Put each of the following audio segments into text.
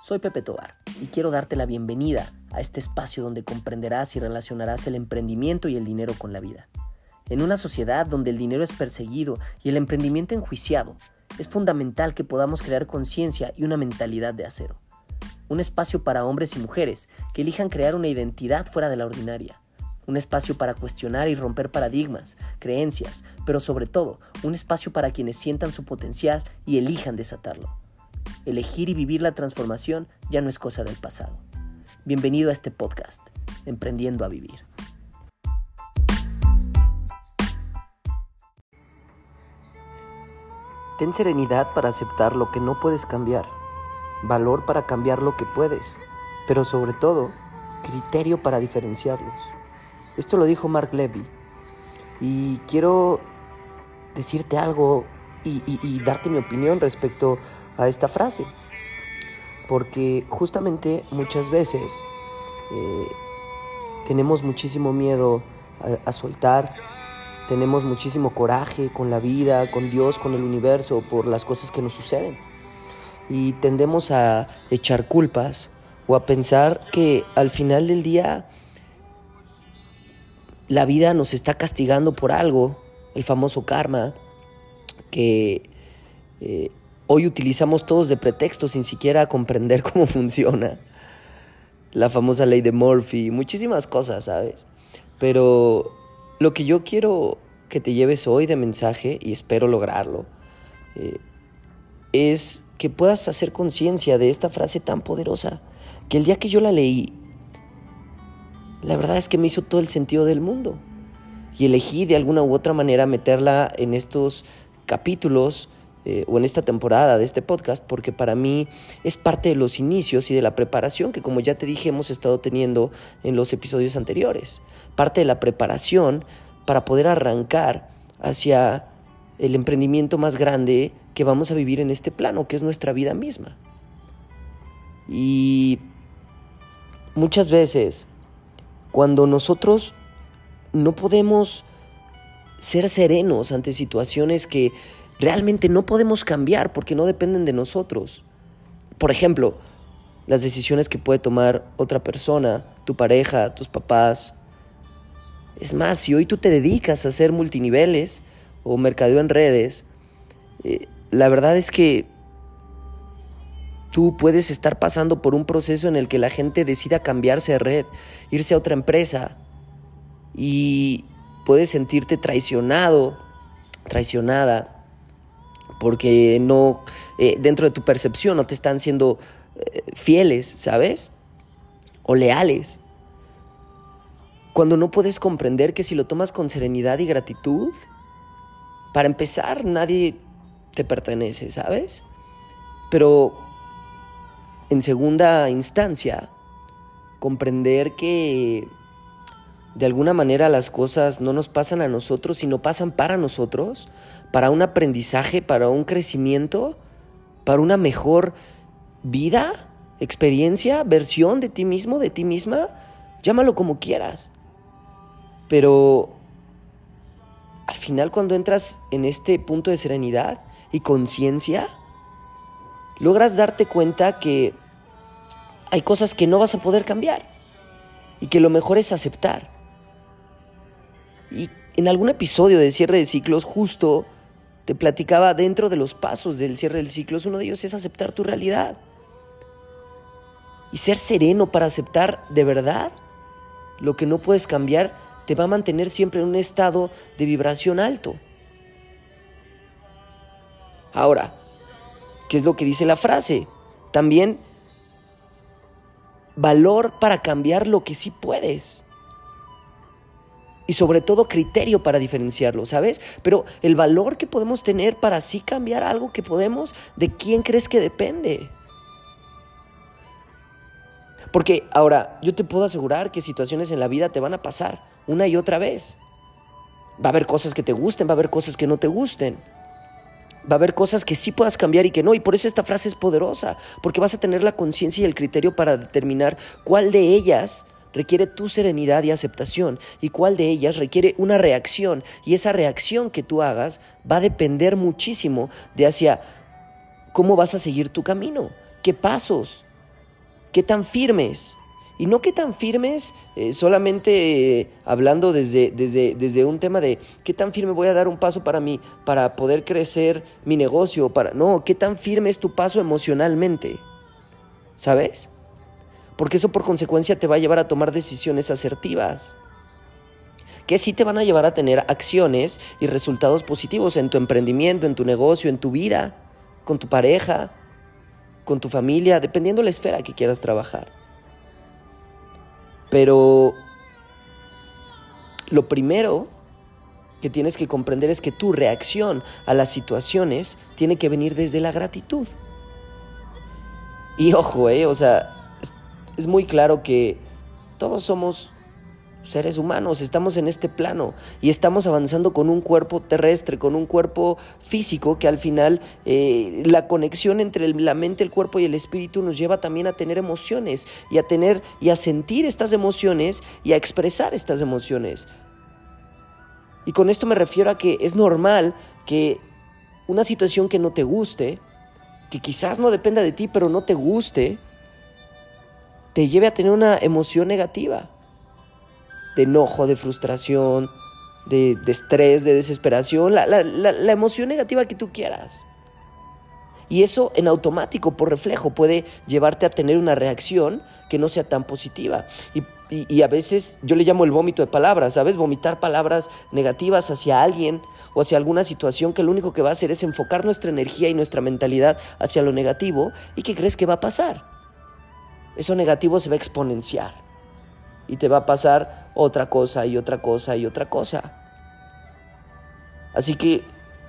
Soy Pepe Tovar y quiero darte la bienvenida a este espacio donde comprenderás y relacionarás el emprendimiento y el dinero con la vida. En una sociedad donde el dinero es perseguido y el emprendimiento enjuiciado, es fundamental que podamos crear conciencia y una mentalidad de acero. Un espacio para hombres y mujeres que elijan crear una identidad fuera de la ordinaria. Un espacio para cuestionar y romper paradigmas, creencias, pero sobre todo, un espacio para quienes sientan su potencial y elijan desatarlo. Elegir y vivir la transformación ya no es cosa del pasado. Bienvenido a este podcast, Emprendiendo a Vivir. Ten serenidad para aceptar lo que no puedes cambiar, valor para cambiar lo que puedes, pero sobre todo, criterio para diferenciarlos. Esto lo dijo Mark Levy y quiero decirte algo y darte mi opinión respecto a esta frase, porque justamente muchas veces tenemos muchísimo miedo a soltar, tenemos muchísimo coraje con la vida, con Dios, con el universo, por las cosas que nos suceden, y tendemos a echar culpas o a pensar que al final del día la vida nos está castigando por algo, el famoso karma, que hoy utilizamos todos de pretexto sin siquiera comprender cómo funciona. La famosa ley de Murphy, muchísimas cosas, ¿sabes? Pero lo que yo quiero que te lleves hoy de mensaje, y espero lograrlo, es que puedas hacer conciencia de esta frase tan poderosa, que el día que yo la leí, la verdad es que me hizo todo el sentido del mundo. Y elegí de alguna u otra manera meterla en estos capítulos o en esta temporada de este podcast, porque para mí es parte de los inicios y de la preparación que, como ya te dije, hemos estado teniendo en los episodios anteriores. Parte de la preparación para poder arrancar hacia el emprendimiento más grande que vamos a vivir en este plano, que es nuestra vida misma. Y muchas veces, cuando nosotros no podemos ser serenos ante situaciones que realmente no podemos cambiar porque no dependen de nosotros. Por ejemplo, las decisiones que puede tomar otra persona, tu pareja, tus papás. Es más, si hoy tú te dedicas a hacer multiniveles o mercadeo en redes, la verdad es que tú puedes estar pasando por un proceso en el que la gente decida cambiarse de red, irse a otra empresa, y puedes sentirte traicionado, traicionada, porque no, dentro de tu percepción no te están siendo fieles, ¿sabes? O leales. Cuando no puedes comprender que si lo tomas con serenidad y gratitud, para empezar, nadie te pertenece, ¿sabes? Pero en segunda instancia, comprender que de alguna manera las cosas no nos pasan a nosotros, sino pasan para nosotros, para un aprendizaje, para un crecimiento, para una mejor vida, experiencia, versión de ti mismo, de ti misma, llámalo como quieras. Pero al final, cuando entras en este punto de serenidad y conciencia, logras darte cuenta que hay cosas que no vas a poder cambiar y que lo mejor es aceptar. Y en algún episodio de Cierre de Ciclos justo te platicaba dentro de los pasos del cierre de ciclos, uno de ellos es aceptar tu realidad. Y ser sereno para aceptar de verdad lo que no puedes cambiar te va a mantener siempre en un estado de vibración alto. Ahora, ¿qué es lo que dice la frase? También valor para cambiar lo que sí puedes. Y sobre todo criterio para diferenciarlo, ¿sabes? Pero el valor que podemos tener para sí cambiar algo que podemos, ¿de quién crees que depende? Porque ahora, yo te puedo asegurar que situaciones en la vida te van a pasar una y otra vez. Va a haber cosas que te gusten, va a haber cosas que no te gusten. Va a haber cosas que sí puedas cambiar y que no. Y por eso esta frase es poderosa, porque vas a tener la conciencia y el criterio para determinar cuál de ellas requiere tu serenidad y aceptación y cuál de ellas requiere una reacción. Y esa reacción que tú hagas va a depender muchísimo de hacia cómo vas a seguir tu camino, qué pasos ¿Qué tan firmes? Y no qué tan firmes, solamente hablando desde un tema de qué tan firme voy a dar un paso para poder crecer mi negocio. No, qué tan firme es tu paso emocionalmente, ¿sabes? Porque eso por consecuencia te va a llevar a tomar decisiones asertivas, que sí te van a llevar a tener acciones y resultados positivos en tu emprendimiento, en tu negocio, en tu vida, con tu pareja, con tu familia, dependiendo de la esfera que quieras trabajar. Pero lo primero que tienes que comprender es que tu reacción a las situaciones tiene que venir desde la gratitud. Y ojo, o sea, es muy claro que todos somos seres humanos, estamos en este plano y estamos avanzando con un cuerpo terrestre, con un cuerpo físico que al final la conexión entre la mente, el cuerpo y el espíritu nos lleva también a tener emociones y a sentir estas emociones y a expresar estas emociones. Y con esto me refiero a que es normal que una situación que no te guste, que quizás no dependa de ti, pero no te guste, te lleve a tener una emoción negativa. De enojo, de frustración, de estrés, de desesperación, la emoción negativa que tú quieras. Y eso en automático, por reflejo, puede llevarte a tener una reacción que no sea tan positiva. Y a veces yo le llamo el vómito de palabras, ¿sabes? Vomitar palabras negativas hacia alguien o hacia alguna situación que lo único que va a hacer es enfocar nuestra energía y nuestra mentalidad hacia lo negativo. ¿Y qué crees que va a pasar? Eso negativo se va a exponenciar. Y te va a pasar otra cosa y otra cosa y otra cosa. Así que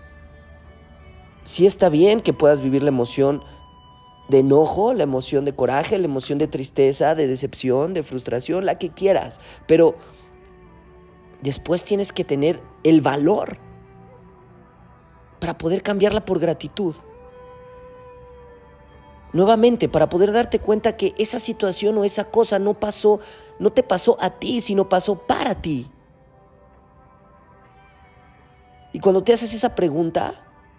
sí está bien que puedas vivir la emoción de enojo, la emoción de coraje, la emoción de tristeza, de decepción, de frustración, la que quieras. Pero después tienes que tener el valor para poder cambiarla por gratitud. Nuevamente, para poder darte cuenta que esa situación o esa cosa no te pasó a ti, sino pasó para ti. Y cuando te haces esa pregunta,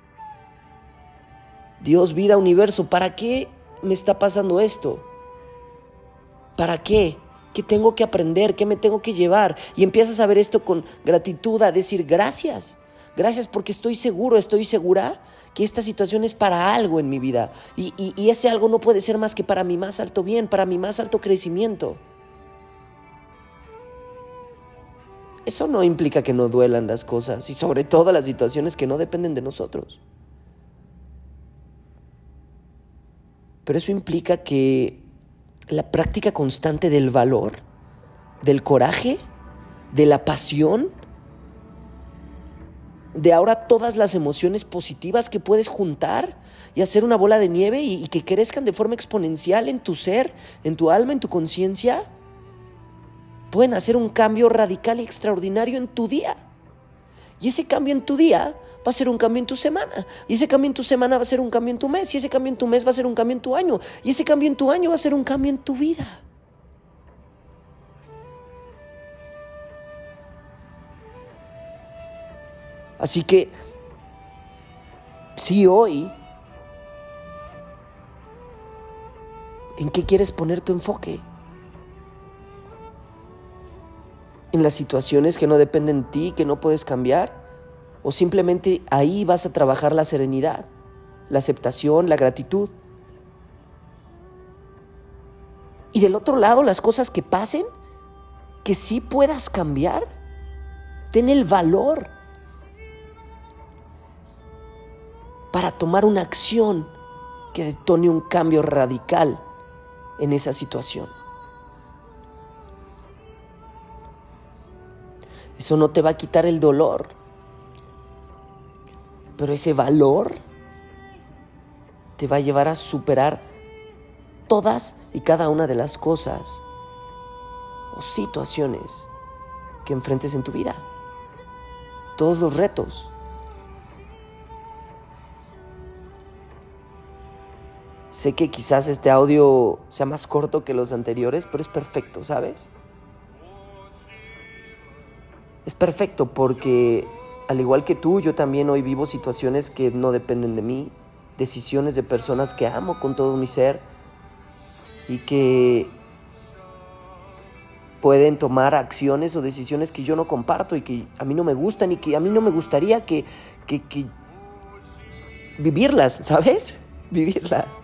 Dios, vida, universo, ¿para qué me está pasando esto? ¿Para qué? ¿Qué tengo que aprender? ¿Qué me tengo que llevar? Y empiezas a ver esto con gratitud, a decir gracias. Gracias porque estoy segura que esta situación es para algo en mi vida. Y ese algo no puede ser más que para mi más alto bien, para mi más alto crecimiento. Eso no implica que no duelan las cosas y sobre todo las situaciones que no dependen de nosotros. Pero eso implica que la práctica constante del valor, del coraje, de la pasión, de ahora todas las emociones positivas que puedes juntar y hacer una bola de nieve y que crezcan de forma exponencial en tu ser, en tu alma, en tu conciencia, pueden hacer un cambio radical y extraordinario en tu día. Y ese cambio en tu día va a ser un cambio en tu semana. Y ese cambio en tu semana va a ser un cambio en tu mes. Y ese cambio en tu mes va a ser un cambio en tu año. Y ese cambio en tu año va a ser un cambio en tu vida. Así que, si hoy, ¿en qué quieres poner tu enfoque? ¿En las situaciones que no dependen de ti, que no puedes cambiar? ¿O simplemente ahí vas a trabajar la serenidad, la aceptación, la gratitud? Y del otro lado, las cosas que pasen, que sí puedas cambiar, ten el valor para tomar una acción que detone un cambio radical en esa situación. Eso no te va a quitar el dolor, pero ese valor te va a llevar a superar todas y cada una de las cosas o situaciones que enfrentes en tu vida. Todos los retos. Sé que quizás este audio sea más corto que los anteriores, pero es perfecto, ¿sabes? Es perfecto porque, al igual que tú, yo también hoy vivo situaciones que no dependen de mí, decisiones de personas que amo con todo mi ser, y que pueden tomar acciones o decisiones que yo no comparto y que a mí no me gustan y que a mí no me gustaría que vivirlas, ¿sabes? Vivirlas.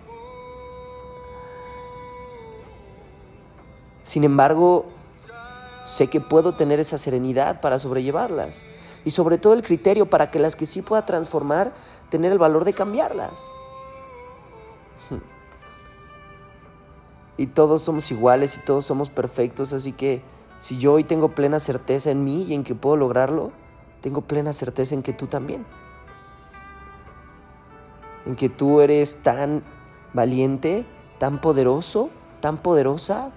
Sin embargo, sé que puedo tener esa serenidad para sobrellevarlas. Y sobre todo el criterio para que las que sí pueda transformar, tener el valor de cambiarlas. Y todos somos iguales y todos somos perfectos, así que si yo hoy tengo plena certeza en mí y en que puedo lograrlo, tengo plena certeza en que tú también. En que tú eres tan valiente, tan poderoso, tan poderosa,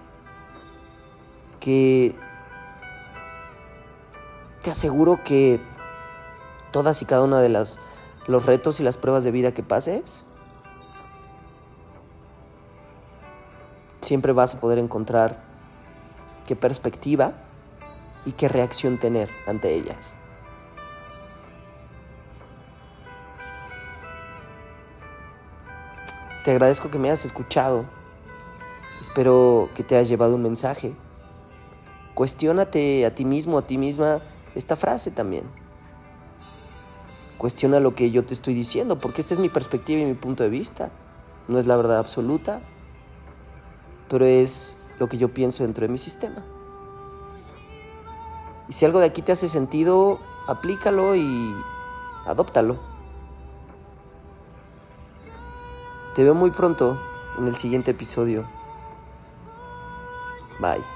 que te aseguro que todas y cada una de los retos y las pruebas de vida que pases, siempre vas a poder encontrar qué perspectiva y qué reacción tener ante ellas. Te agradezco que me hayas escuchado. Espero que te hayas llevado un mensaje. Cuestiónate a ti mismo, a ti misma, esta frase también. Cuestiona lo que yo te estoy diciendo, porque esta es mi perspectiva y mi punto de vista. No es la verdad absoluta, pero es lo que yo pienso dentro de mi sistema. Y si algo de aquí te hace sentido, aplícalo y adóptalo. Te veo muy pronto en el siguiente episodio. Bye.